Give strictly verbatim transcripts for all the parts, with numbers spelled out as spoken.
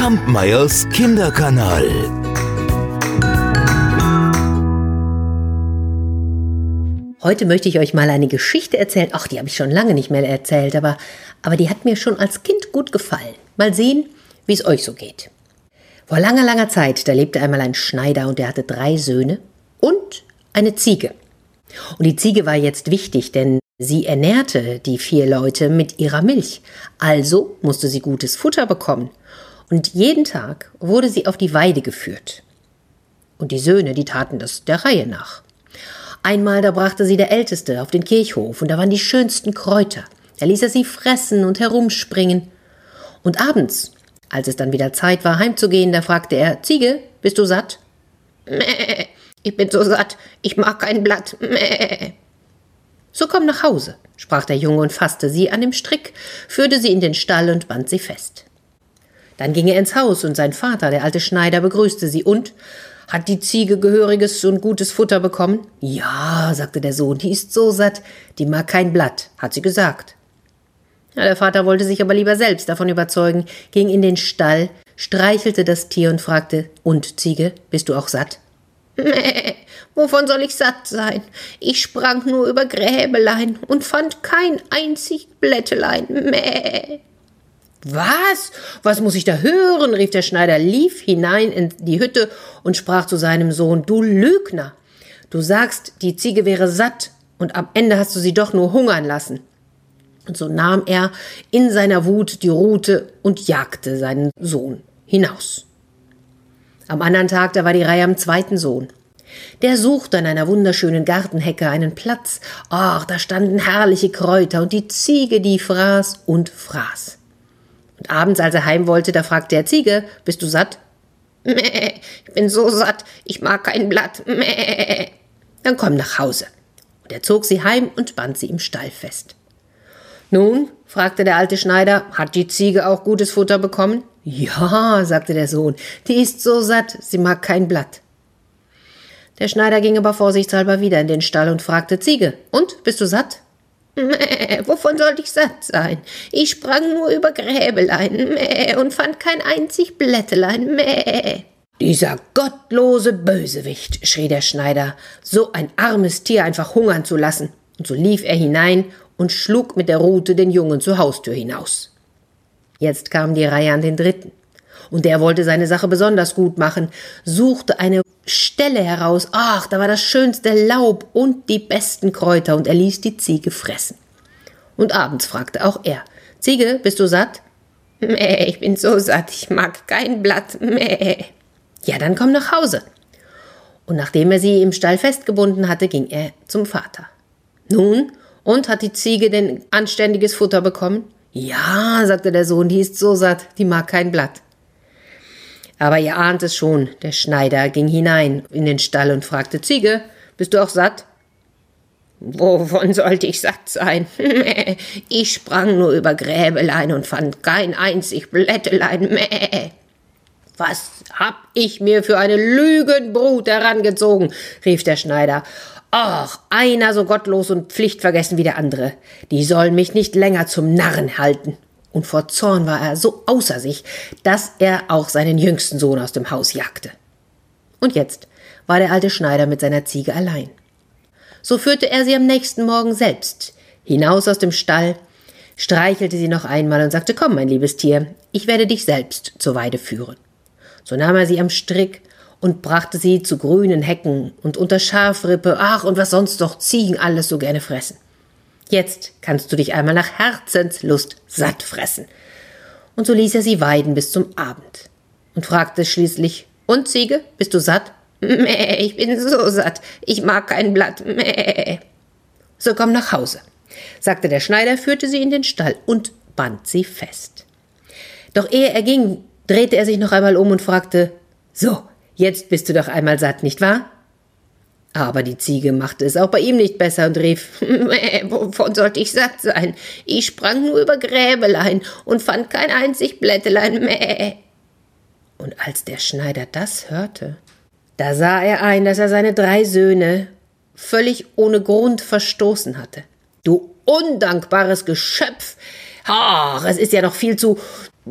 Kampmeyers Kinderkanal. Heute möchte ich euch mal eine Geschichte erzählen. Ach, die habe ich schon lange nicht mehr erzählt, aber, aber die hat mir schon als Kind gut gefallen. Mal sehen, wie es euch so geht. Vor langer, langer Zeit, da lebte einmal ein Schneider und der hatte drei Söhne und eine Ziege. Und die Ziege war jetzt wichtig, denn sie ernährte die vier Leute mit ihrer Milch. Also musste sie gutes Futter bekommen. Und jeden Tag wurde sie auf die Weide geführt. Und die Söhne, die taten das der Reihe nach. Einmal, da brachte sie der Älteste auf den Kirchhof und da waren die schönsten Kräuter. Da ließ er sie fressen und herumspringen. Und abends, als es dann wieder Zeit war, heimzugehen, da fragte er, Ziege, bist du satt? Mäh, ich bin so satt, ich mag kein Blatt. Mäh. So komm nach Hause, sprach der Junge und fasste sie an dem Strick, führte sie in den Stall und band sie fest. Dann ging er ins Haus und sein Vater, der alte Schneider, begrüßte sie und hat die Ziege gehöriges und gutes Futter bekommen? Ja, sagte der Sohn, die ist so satt, die mag kein Blatt, hat sie gesagt. Ja, der Vater wollte sich aber lieber selbst davon überzeugen, ging in den Stall, streichelte das Tier und fragte, und Ziege, bist du auch satt? Mäh, wovon soll ich satt sein? Ich sprang nur über Gräbelein und fand kein einzig Blättelein. Mäh. Was? Was muss ich da hören? Rief der Schneider, lief hinein in die Hütte und sprach zu seinem Sohn, du Lügner, du sagst, die Ziege wäre satt und am Ende hast du sie doch nur hungern lassen. Und so nahm er in seiner Wut die Rute und jagte seinen Sohn hinaus. Am anderen Tag, da war die Reihe am zweiten Sohn. Der suchte an einer wunderschönen Gartenhecke einen Platz. Ach, da standen herrliche Kräuter und die Ziege, die fraß und fraß. Und abends, als er heim wollte, da fragte er, Ziege, bist du satt? Mäh, ich bin so satt, ich mag kein Blatt. Mäh. Dann komm nach Hause. Und er zog sie heim und band sie im Stall fest. Nun, fragte der alte Schneider, hat die Ziege auch gutes Futter bekommen? Ja, sagte der Sohn, die ist so satt, sie mag kein Blatt. Der Schneider ging aber vorsichtshalber wieder in den Stall und fragte, Ziege, und, bist du satt? Mäh, wovon sollte ich satt sein? Ich sprang nur über Gräbelein, mäh, und fand kein einzig Blättelein, mäh. Dieser gottlose Bösewicht, schrie der Schneider, so ein armes Tier einfach hungern zu lassen. Und so lief er hinein und schlug mit der Rute den Jungen zur Haustür hinaus. Jetzt kam die Reihe an den Dritten. Und der wollte seine Sache besonders gut machen, suchte eine Stelle heraus, ach, da war das schönste Laub und die besten Kräuter, und er ließ die Ziege fressen. Und abends fragte auch er, Ziege, bist du satt? Mäh, ich bin so satt, ich mag kein Blatt, mäh. Ja, dann komm nach Hause. Und nachdem er sie im Stall festgebunden hatte, ging er zum Vater. Nun, und hat die Ziege denn anständiges Futter bekommen? Ja, sagte der Sohn, die ist so satt, die mag kein Blatt. Aber ihr ahnt es schon, der Schneider ging hinein in den Stall und fragte, Ziege, bist du auch satt? Wovon sollte ich satt sein? Ich sprang nur über Gräbelein und fand kein einzig Blättelein. Mäh. Was hab ich mir für eine Lügenbrut herangezogen, rief der Schneider. Ach, einer so gottlos und pflichtvergessen wie der andere. Die sollen mich nicht länger zum Narren halten. Und vor Zorn war er so außer sich, dass er auch seinen jüngsten Sohn aus dem Haus jagte. Und jetzt war der alte Schneider mit seiner Ziege allein. So führte er sie am nächsten Morgen selbst hinaus aus dem Stall, streichelte sie noch einmal und sagte, komm, mein liebes Tier, ich werde dich selbst zur Weide führen. So nahm er sie am Strick und brachte sie zu grünen Hecken und unter Schafrippe, ach, und was sonst doch Ziegen alles so gerne fressen. Jetzt kannst du dich einmal nach Herzenslust satt fressen. Und so ließ er sie weiden bis zum Abend und fragte schließlich, und Ziege, bist du satt? Mäh, ich bin so satt, ich mag kein Blatt, mäh. So komm nach Hause, sagte der Schneider, führte sie in den Stall und band sie fest. Doch ehe er ging, drehte er sich noch einmal um und fragte, so, jetzt bist du doch einmal satt, nicht wahr? Aber die Ziege machte es auch bei ihm nicht besser und rief, Mäh, wovon sollte ich satt sein? Ich sprang nur über Gräbelein und fand kein einzig Blättelein, mäh. Und als der Schneider das hörte, da sah er ein, dass er seine drei Söhne völlig ohne Grund verstoßen hatte. Du undankbares Geschöpf! Ach, es ist ja noch viel zu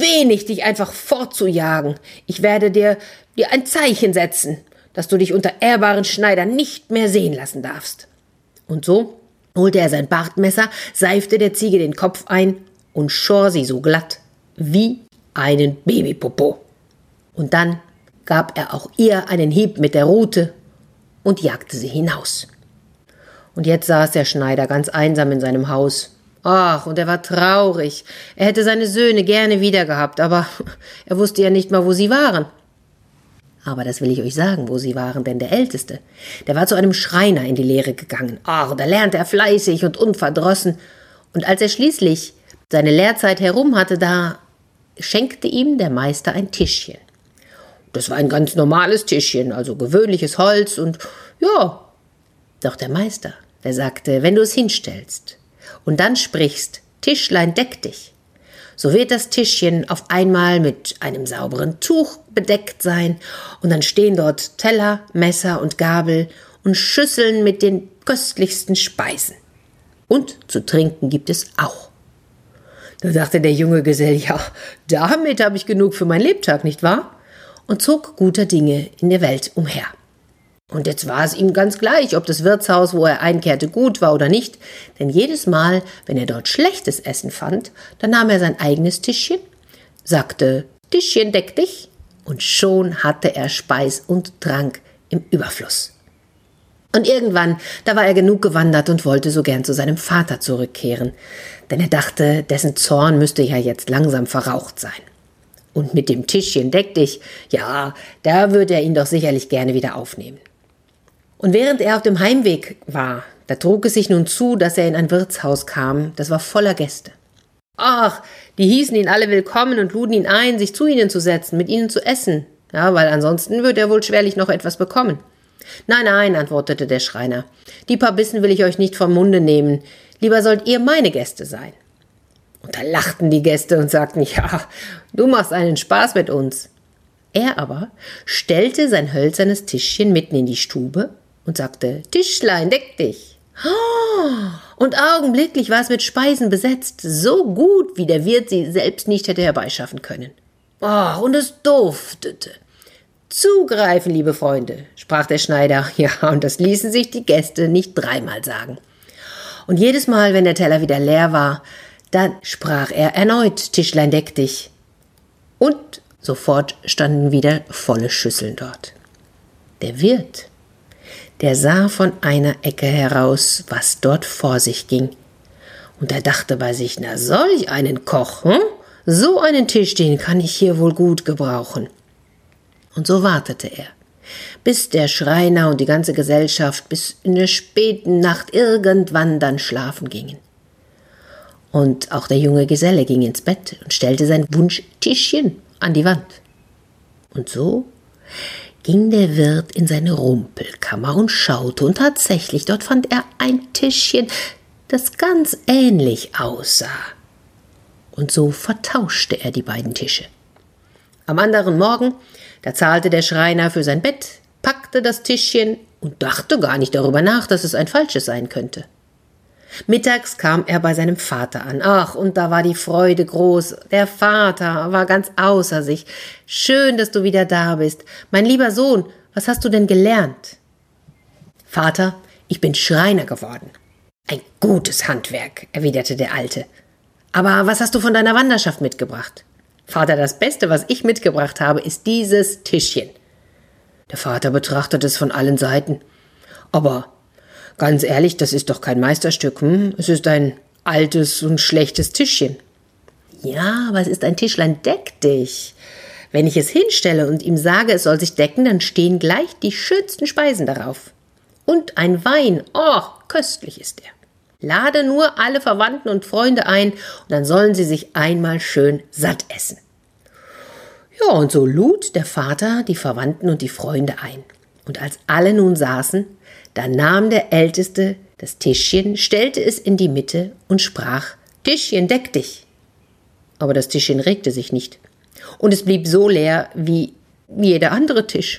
wenig, dich einfach fortzujagen. Ich werde dir, dir ein Zeichen setzen, dass du dich unter ehrbaren Schneidern nicht mehr sehen lassen darfst. Und so holte er sein Bartmesser, seifte der Ziege den Kopf ein und schor sie so glatt wie einen Babypopo. Und dann gab er auch ihr einen Hieb mit der Rute und jagte sie hinaus. Und jetzt saß der Schneider ganz einsam in seinem Haus. Ach, und er war traurig. Er hätte seine Söhne gerne wiedergehabt, aber er wusste ja nicht mal, wo sie waren. Aber das will ich euch sagen, wo sie waren, denn der Älteste, der war zu einem Schreiner in die Lehre gegangen. Ach, da lernte er fleißig und unverdrossen. Und als er schließlich seine Lehrzeit herum hatte, da schenkte ihm der Meister ein Tischchen. Das war ein ganz normales Tischchen, also gewöhnliches Holz und ja. Doch der Meister, der sagte, wenn du es hinstellst und dann sprichst, Tischlein, deck dich, so wird das Tischchen auf einmal mit einem sauberen Tuch bedeckt sein und dann stehen dort Teller, Messer und Gabel und Schüsseln mit den köstlichsten Speisen. Und zu trinken gibt es auch. Da dachte der junge Gesell, ja, damit habe ich genug für meinen Lebtag, nicht wahr? Und zog guter Dinge in der Welt umher. Und jetzt war es ihm ganz gleich, ob das Wirtshaus, wo er einkehrte, gut war oder nicht, denn jedes Mal, wenn er dort schlechtes Essen fand, dann nahm er sein eigenes Tischchen, sagte, Tischchen, deck dich, und schon hatte er Speis und Trank im Überfluss. Und irgendwann, da war er genug gewandert und wollte so gern zu seinem Vater zurückkehren, denn er dachte, dessen Zorn müsste ja jetzt langsam verraucht sein. Und mit dem Tischchen deck dich, ja, da würde er ihn doch sicherlich gerne wieder aufnehmen. Und während er auf dem Heimweg war, da trug es sich nun zu, dass er in ein Wirtshaus kam, das war voller Gäste. Ach, die hießen ihn alle willkommen und luden ihn ein, sich zu ihnen zu setzen, mit ihnen zu essen, ja, weil ansonsten würde er wohl schwerlich noch etwas bekommen. Nein, nein, antwortete der Schreiner, die paar Bissen will ich euch nicht vom Munde nehmen, lieber sollt ihr meine Gäste sein. Und da lachten die Gäste und sagten, ja, du machst einen Spaß mit uns. Er aber stellte sein hölzernes Tischchen mitten in die Stube und sagte, Tischlein, deck dich. Und augenblicklich war es mit Speisen besetzt, so gut, wie der Wirt sie selbst nicht hätte herbeischaffen können. Oh, und es duftete. Zugreifen, liebe Freunde, sprach der Schneider, ja, und das ließen sich die Gäste nicht dreimal sagen. Und jedes Mal, wenn der Teller wieder leer war, dann sprach er erneut, Tischlein, deck dich. Und sofort standen wieder volle Schüsseln dort. Der Wirt, der sah von einer Ecke heraus, was dort vor sich ging. Und er dachte bei sich, na solch einen Koch, hm? So einen Tisch, den kann ich hier wohl gut gebrauchen. Und so wartete er, bis der Schreiner und die ganze Gesellschaft bis in der späten Nacht irgendwann dann schlafen gingen. Und auch der junge Geselle ging ins Bett und stellte sein Wunschtischchen an die Wand. Und so ging der Wirt in seine Rumpelkammer und schaute, und tatsächlich, dort fand er ein Tischchen, das ganz ähnlich aussah. Und so vertauschte er die beiden Tische. Am anderen Morgen, da zahlte der Schreiner für sein Bett, packte das Tischchen und dachte gar nicht darüber nach, dass es ein falsches sein könnte. Mittags kam er bei seinem Vater an. Ach, und da war die Freude groß. Der Vater war ganz außer sich. Schön, dass du wieder da bist. Mein lieber Sohn, was hast du denn gelernt? Vater, ich bin Schreiner geworden. Ein gutes Handwerk, erwiderte der Alte. Aber was hast du von deiner Wanderschaft mitgebracht? Vater, das Beste, was ich mitgebracht habe, ist dieses Tischchen. Der Vater betrachtete es von allen Seiten. Aber ganz ehrlich, das ist doch kein Meisterstück, hm? Es ist ein altes und schlechtes Tischchen. Ja, aber es ist ein Tischlein, deck dich. Wenn ich es hinstelle und ihm sage, es soll sich decken, dann stehen gleich die schönsten Speisen darauf. Und ein Wein, oh, köstlich ist er. Lade nur alle Verwandten und Freunde ein, und dann sollen sie sich einmal schön satt essen. Ja, und so lud der Vater die Verwandten und die Freunde ein. Und als alle nun saßen, da nahm der Älteste das Tischchen, stellte es in die Mitte und sprach, Tischchen, deck dich. Aber das Tischchen regte sich nicht. Und es blieb so leer wie jeder andere Tisch.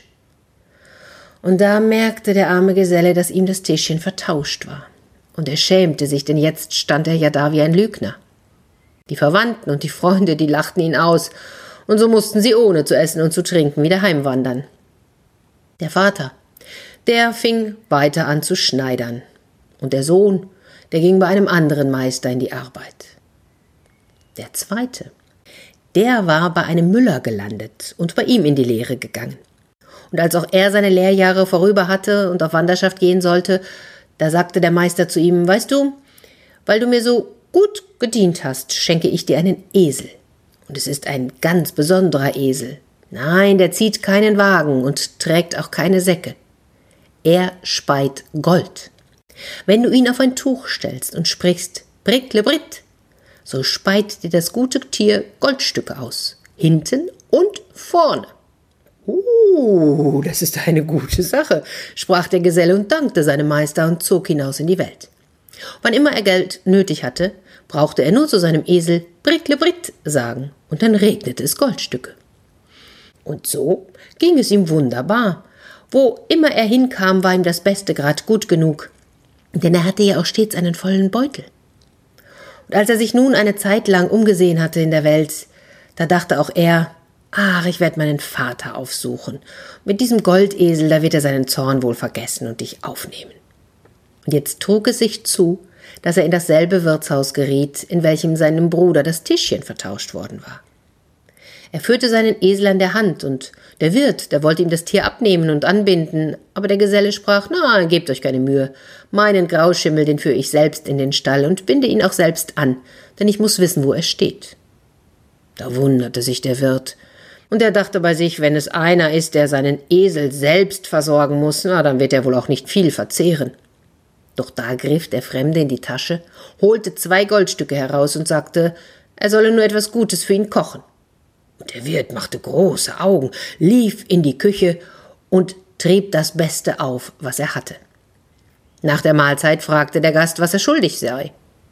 Und da merkte der arme Geselle, dass ihm das Tischchen vertauscht war. Und er schämte sich, denn jetzt stand er ja da wie ein Lügner. Die Verwandten und die Freunde, die lachten ihn aus, und so mussten sie ohne zu essen und zu trinken wieder heimwandern. Der Vater, der fing weiter an zu schneidern, und der Sohn, der ging bei einem anderen Meister in die Arbeit. Der zweite, der war bei einem Müller gelandet und bei ihm in die Lehre gegangen. Und als auch er seine Lehrjahre vorüber hatte und auf Wanderschaft gehen sollte, da sagte der Meister zu ihm: »Weißt du, weil du mir so gut gedient hast, schenke ich dir einen Esel. Und es ist ein ganz besonderer Esel. Nein, der zieht keinen Wagen und trägt auch keine Säcke. Er speit Gold. Wenn du ihn auf ein Tuch stellst und sprichst Bricklebrit, so speit dir das gute Tier Goldstücke aus, hinten und vorne.« »Uh, das ist eine gute Sache«, sprach der Geselle und dankte seinem Meister und zog hinaus in die Welt. Wann immer er Geld nötig hatte, brauchte er nur zu seinem Esel Bricklebrit sagen, und dann regnete es Goldstücke. Und so ging es ihm wunderbar. Wo immer er hinkam, war ihm das Beste grad gut genug, denn er hatte ja auch stets einen vollen Beutel. Und als er sich nun eine Zeit lang umgesehen hatte in der Welt, da dachte auch er: »Ach, ich werde meinen Vater aufsuchen. Mit diesem Goldesel, da wird er seinen Zorn wohl vergessen und dich aufnehmen.« Und jetzt trug es sich zu, dass er in dasselbe Wirtshaus geriet, in welchem seinem Bruder das Tischchen vertauscht worden war. Er führte seinen Esel an der Hand, und der Wirt, der wollte ihm das Tier abnehmen und anbinden, aber der Geselle sprach: »Na, gebt euch keine Mühe. Meinen Grauschimmel, den führe ich selbst in den Stall und binde ihn auch selbst an, denn ich muss wissen, wo er steht.« Da wunderte sich der Wirt, und er dachte bei sich: wenn es einer ist, der seinen Esel selbst versorgen muss, na, dann wird er wohl auch nicht viel verzehren. Doch da griff der Fremde in die Tasche, holte zwei Goldstücke heraus und sagte, er solle nur etwas Gutes für ihn kochen. Und der Wirt machte große Augen, lief in die Küche und trieb das Beste auf, was er hatte. Nach der Mahlzeit fragte der Gast, was er schuldig sei.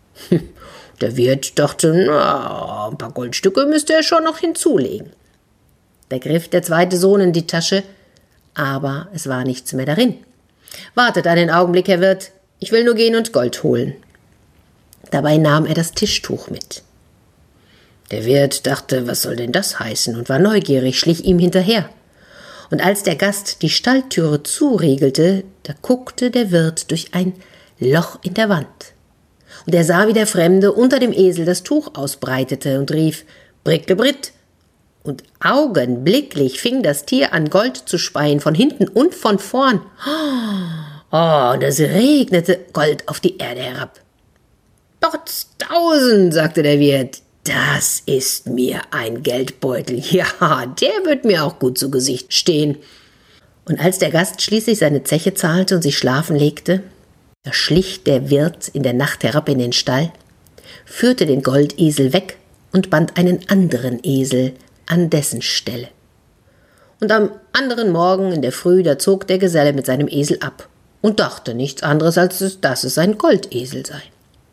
Der Wirt dachte, na, ein paar Goldstücke müsste er schon noch hinzulegen. Da griff der zweite Sohn in die Tasche, aber es war nichts mehr darin. »Wartet einen Augenblick, Herr Wirt, ich will nur gehen und Gold holen.« Dabei nahm er das Tischtuch mit. Der Wirt dachte, was soll denn das heißen, und war neugierig, schlich ihm hinterher. Und als der Gast die Stalltüre zuriegelte, da guckte der Wirt durch ein Loch in der Wand. Und er sah, wie der Fremde unter dem Esel das Tuch ausbreitete und rief, »Bricklebrit!« Und augenblicklich fing das Tier an, Gold zu speien, von hinten und von vorn. Oh, und es regnete Gold auf die Erde herab. »Potztausend«, sagte der Wirt, »das ist mir ein Geldbeutel. Ja, der wird mir auch gut zu Gesicht stehen.« Und als der Gast schließlich seine Zeche zahlte und sich schlafen legte, da schlich der Wirt in der Nacht herab in den Stall, führte den Goldesel weg und band einen anderen Esel an dessen Stelle. Und am anderen Morgen in der Früh, da zog der Geselle mit seinem Esel ab und dachte nichts anderes, als dass es ein Goldesel sei.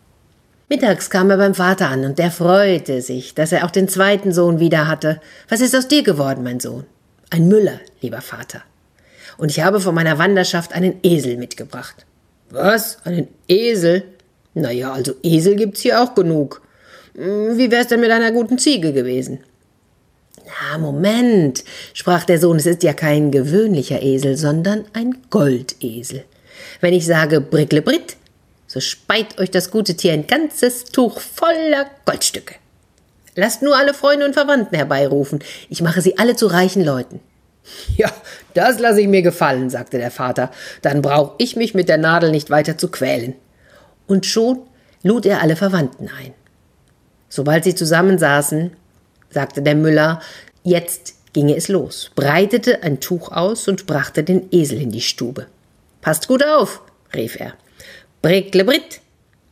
Mittags kam er beim Vater an, und der freute sich, dass er auch den zweiten Sohn wieder hatte. »Was ist aus dir geworden, mein Sohn?« »Ein Müller, lieber Vater. Und ich habe von meiner Wanderschaft einen Esel mitgebracht.« »Was? Einen Esel? Na ja, also Esel gibt's hier auch genug. Wie wär's denn mit einer guten Ziege gewesen?« »Na, Moment«, sprach der Sohn, »es ist ja kein gewöhnlicher Esel, sondern ein Goldesel. Wenn ich sage Bricklebrit, so speit euch das gute Tier ein ganzes Tuch voller Goldstücke. Lasst nur alle Freunde und Verwandten herbeirufen, ich mache sie alle zu reichen Leuten.« »Ja, das lasse ich mir gefallen«, sagte der Vater, »dann brauche ich mich mit der Nadel nicht weiter zu quälen.« Und schon lud er alle Verwandten ein. Sobald sie zusammensaßen, sagte der Müller, jetzt ginge es los, breitete ein Tuch aus und brachte den Esel in die Stube. »Passt gut auf«, rief er, »Bricklebrit!«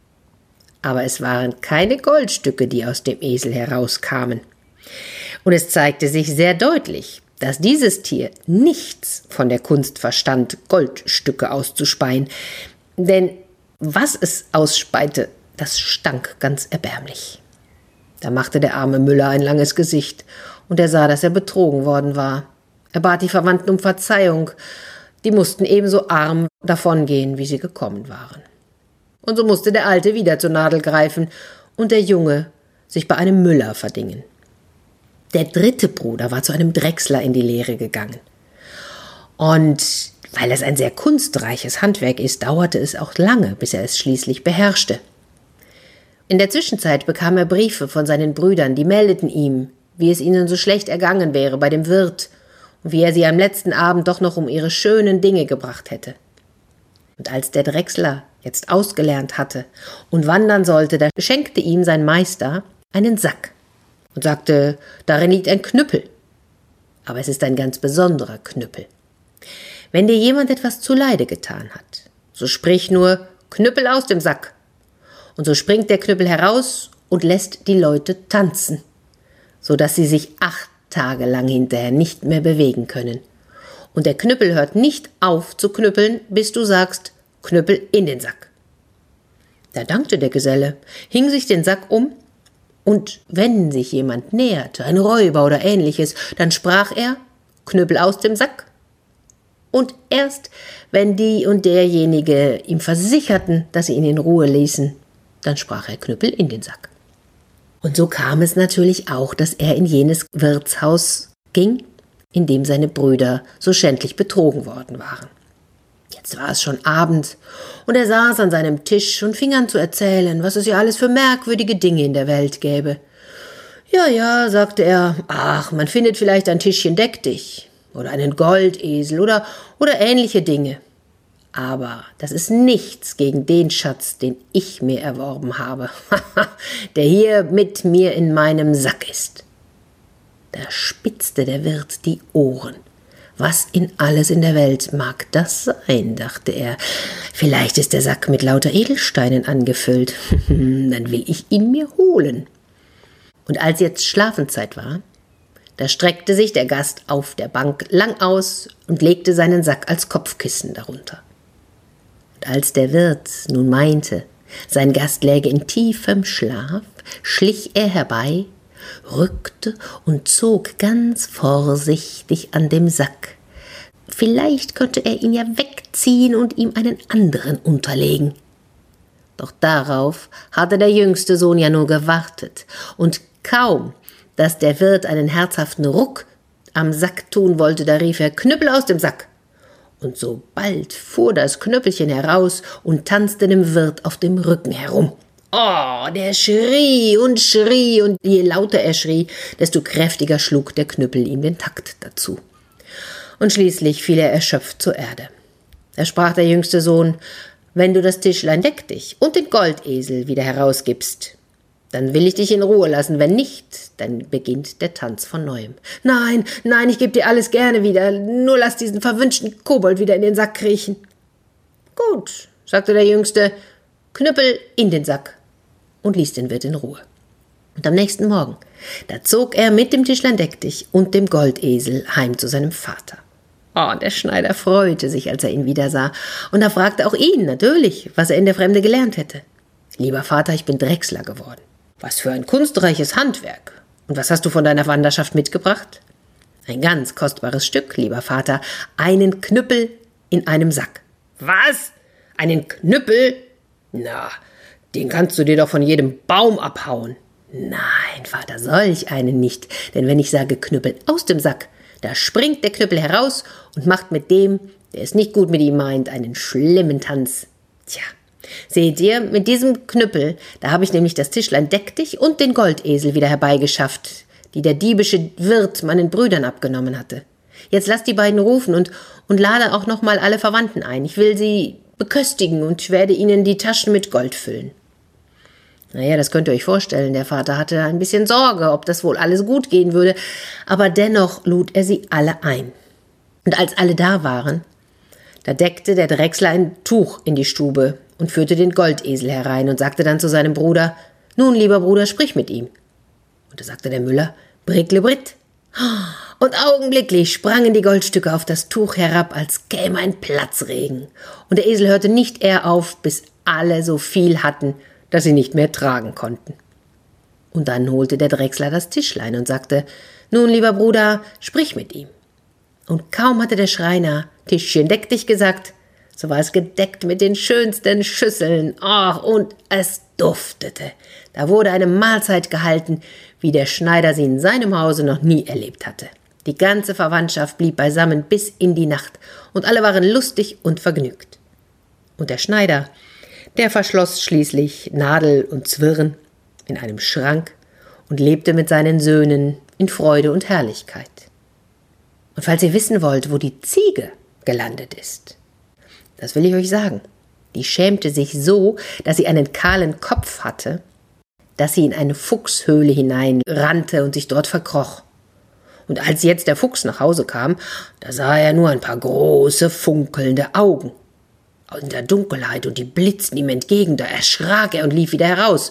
Aber es waren keine Goldstücke, die aus dem Esel herauskamen. Und es zeigte sich sehr deutlich, dass dieses Tier nichts von der Kunst verstand, Goldstücke auszuspeien, denn was es ausspeite, das stank ganz erbärmlich. Da machte der arme Müller ein langes Gesicht, und er sah, dass er betrogen worden war. Er bat die Verwandten um Verzeihung, die mussten ebenso arm davongehen, wie sie gekommen waren. Und so musste der Alte wieder zur Nadel greifen, und der Junge sich bei einem Müller verdingen. Der dritte Bruder war zu einem Drechsler in die Lehre gegangen. Und weil es ein sehr kunstreiches Handwerk ist, dauerte es auch lange, bis er es schließlich beherrschte. In der Zwischenzeit bekam er Briefe von seinen Brüdern, die meldeten ihm, wie es ihnen so schlecht ergangen wäre bei dem Wirt und wie er sie am letzten Abend doch noch um ihre schönen Dinge gebracht hätte. Und als der Drechsler jetzt ausgelernt hatte und wandern sollte, da schenkte ihm sein Meister einen Sack und sagte, darin liegt ein Knüppel. Aber es ist ein ganz besonderer Knüppel. Wenn dir jemand etwas zuleide getan hat, so sprich nur Knüppel aus dem Sack. Und so springt der Knüppel heraus und lässt die Leute tanzen, so dass sie sich acht Tage lang hinterher nicht mehr bewegen können. Und der Knüppel hört nicht auf zu knüppeln, bis du sagst, Knüppel in den Sack. Da dankte der Geselle, hing sich den Sack um, und wenn sich jemand näherte, ein Räuber oder ähnliches, dann sprach er, Knüppel aus dem Sack. Und erst, wenn die und derjenige ihm versicherten, dass sie ihn in Ruhe ließen, dann sprach er Knüppel in den Sack. Und so kam es natürlich auch, dass er in jenes Wirtshaus ging, in dem seine Brüder so schändlich betrogen worden waren. Jetzt war es schon Abend, und er saß an seinem Tisch und fing an zu erzählen, was es ja alles für merkwürdige Dinge in der Welt gäbe. Ja, ja, sagte er, ach, man findet vielleicht ein Tischchen deck dich oder einen Goldesel oder, oder ähnliche Dinge. Aber das ist nichts gegen den Schatz, den ich mir erworben habe, der hier mit mir in meinem Sack ist. Da spitzte der Wirt die Ohren. Was in alles in der Welt mag das sein, dachte er. Vielleicht ist der Sack mit lauter Edelsteinen angefüllt. Dann will ich ihn mir holen. Und als jetzt Schlafenszeit war, da streckte sich der Gast auf der Bank lang aus und legte seinen Sack als Kopfkissen darunter. Und als der Wirt nun meinte, sein Gast läge in tiefem Schlaf, schlich er herbei, rückte und zog ganz vorsichtig an dem Sack. Vielleicht könnte er ihn ja wegziehen und ihm einen anderen unterlegen. Doch darauf hatte der jüngste Sohn ja nur gewartet, und kaum, dass der Wirt einen herzhaften Ruck am Sack tun wollte, da rief er Knüppel aus dem Sack. Und sobald fuhr das Knüppelchen heraus und tanzte dem Wirt auf dem Rücken herum. Oh, der schrie und schrie, und je lauter er schrie, desto kräftiger schlug der Knüppel ihm den Takt dazu. Und schließlich fiel er erschöpft zur Erde. Da sprach der jüngste Sohn, wenn du das Tischlein deck dich und den Goldesel wieder herausgibst, dann will ich dich in Ruhe lassen, wenn nicht, dann beginnt der Tanz von neuem. Nein, nein, ich gebe dir alles gerne wieder, nur lass diesen verwünschten Kobold wieder in den Sack kriechen. Gut, sagte der Jüngste, Knüppel in den Sack, und ließ den Wirt in Ruhe. Und am nächsten Morgen, da zog er mit dem Tischlein deck dich und dem Goldesel heim zu seinem Vater. Oh, der Schneider freute sich, als er ihn wieder sah, und er fragte auch ihn natürlich, was er in der Fremde gelernt hätte. Lieber Vater, ich bin Drechsler geworden. Was für ein kunstreiches Handwerk. Und was hast du von deiner Wanderschaft mitgebracht? Ein ganz kostbares Stück, lieber Vater, einen Knüppel in einem Sack. Was? Einen Knüppel? Na, den kannst du dir doch von jedem Baum abhauen. Nein, Vater, solch einen nicht, denn wenn ich sage Knüppel aus dem Sack, da springt der Knüppel heraus und macht mit dem, der es nicht gut mit ihm meint, einen schlimmen Tanz. Tja, seht ihr, mit diesem Knüppel, da habe ich nämlich das Tischlein deck dich und den Goldesel wieder herbeigeschafft, die der diebische Wirt meinen Brüdern abgenommen hatte. Jetzt lasst die beiden rufen und, und lade auch noch mal alle Verwandten ein. Ich will sie beköstigen und werde ihnen die Taschen mit Gold füllen. Naja, das könnt ihr euch vorstellen, der Vater hatte ein bisschen Sorge, ob das wohl alles gut gehen würde, aber dennoch lud er sie alle ein. Und als alle da waren, da deckte der Drechsler ein Tuch in die Stube und führte den Goldesel herein und sagte dann zu seinem Bruder, nun, lieber Bruder, sprich mit ihm. Und da sagte der Müller, Bricklebritt. Und augenblicklich sprangen die Goldstücke auf das Tuch herab, als käme ein Platzregen. Und der Esel hörte nicht eher auf, bis alle so viel hatten, dass sie nicht mehr tragen konnten. Und dann holte der Drechsler das Tischlein und sagte, nun, lieber Bruder, sprich mit ihm. Und kaum hatte der Schreiner Tischchen deck dich gesagt, so war es gedeckt mit den schönsten Schüsseln. Ach, und es duftete. Da wurde eine Mahlzeit gehalten, wie der Schneider sie in seinem Hause noch nie erlebt hatte. Die ganze Verwandtschaft blieb beisammen bis in die Nacht, und alle waren lustig und vergnügt. Und der Schneider, der verschloss schließlich Nadel und Zwirn in einem Schrank und lebte mit seinen Söhnen in Freude und Herrlichkeit. Und falls ihr wissen wollt, wo die Ziege gelandet ist, das will ich euch sagen. Die schämte sich so, dass sie einen kahlen Kopf hatte, dass sie in eine Fuchshöhle hineinrannte und sich dort verkroch. Und als jetzt der Fuchs nach Hause kam, da sah er nur ein paar große, funkelnde Augen in der Dunkelheit, und die blitzten ihm entgegen. Da erschrak er und lief wieder heraus.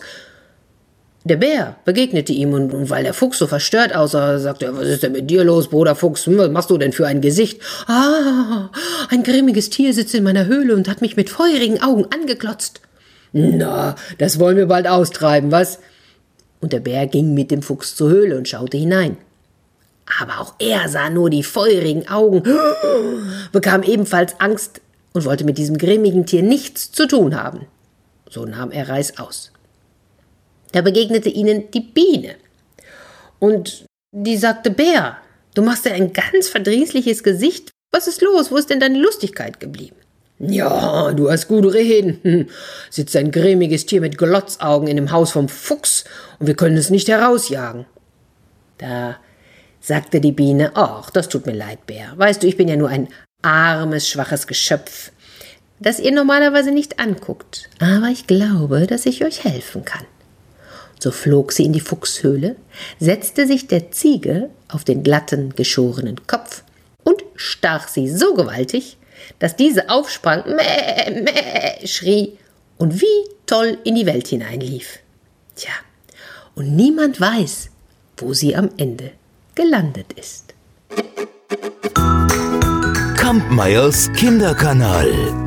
Der Bär begegnete ihm, und, und weil der Fuchs so verstört aussah, sagte er: Was ist denn mit dir los, Bruder Fuchs? Was machst du denn für ein Gesicht? Ah, ein grimmiges Tier sitzt in meiner Höhle und hat mich mit feurigen Augen angeglotzt. Na, das wollen wir bald austreiben, was? Und der Bär ging mit dem Fuchs zur Höhle und schaute hinein. Aber auch er sah nur die feurigen Augen, bekam ebenfalls Angst und wollte mit diesem grimmigen Tier nichts zu tun haben. So nahm er Reißaus. Da begegnete ihnen die Biene. Und die sagte: Bär, du machst ja ein ganz verdrießliches Gesicht. Was ist los? Wo ist denn deine Lustigkeit geblieben? Ja, du hast gut reden. Hm. Sitzt ein grimmiges Tier mit Glotzaugen in dem Haus vom Fuchs, und wir können es nicht herausjagen. Da sagte die Biene: Ach, das tut mir leid, Bär. Weißt du, ich bin ja nur ein armes, schwaches Geschöpf, das ihr normalerweise nicht anguckt. Aber ich glaube, dass ich euch helfen kann. So flog sie in die Fuchshöhle, setzte sich der Ziege auf den glatten, geschorenen Kopf und stach sie so gewaltig, dass diese aufsprang, mäh, mäh, schrie und wie toll in die Welt hineinlief. Tja, und niemand weiß, wo sie am Ende gelandet ist. Kampmeyers Kinderkanal.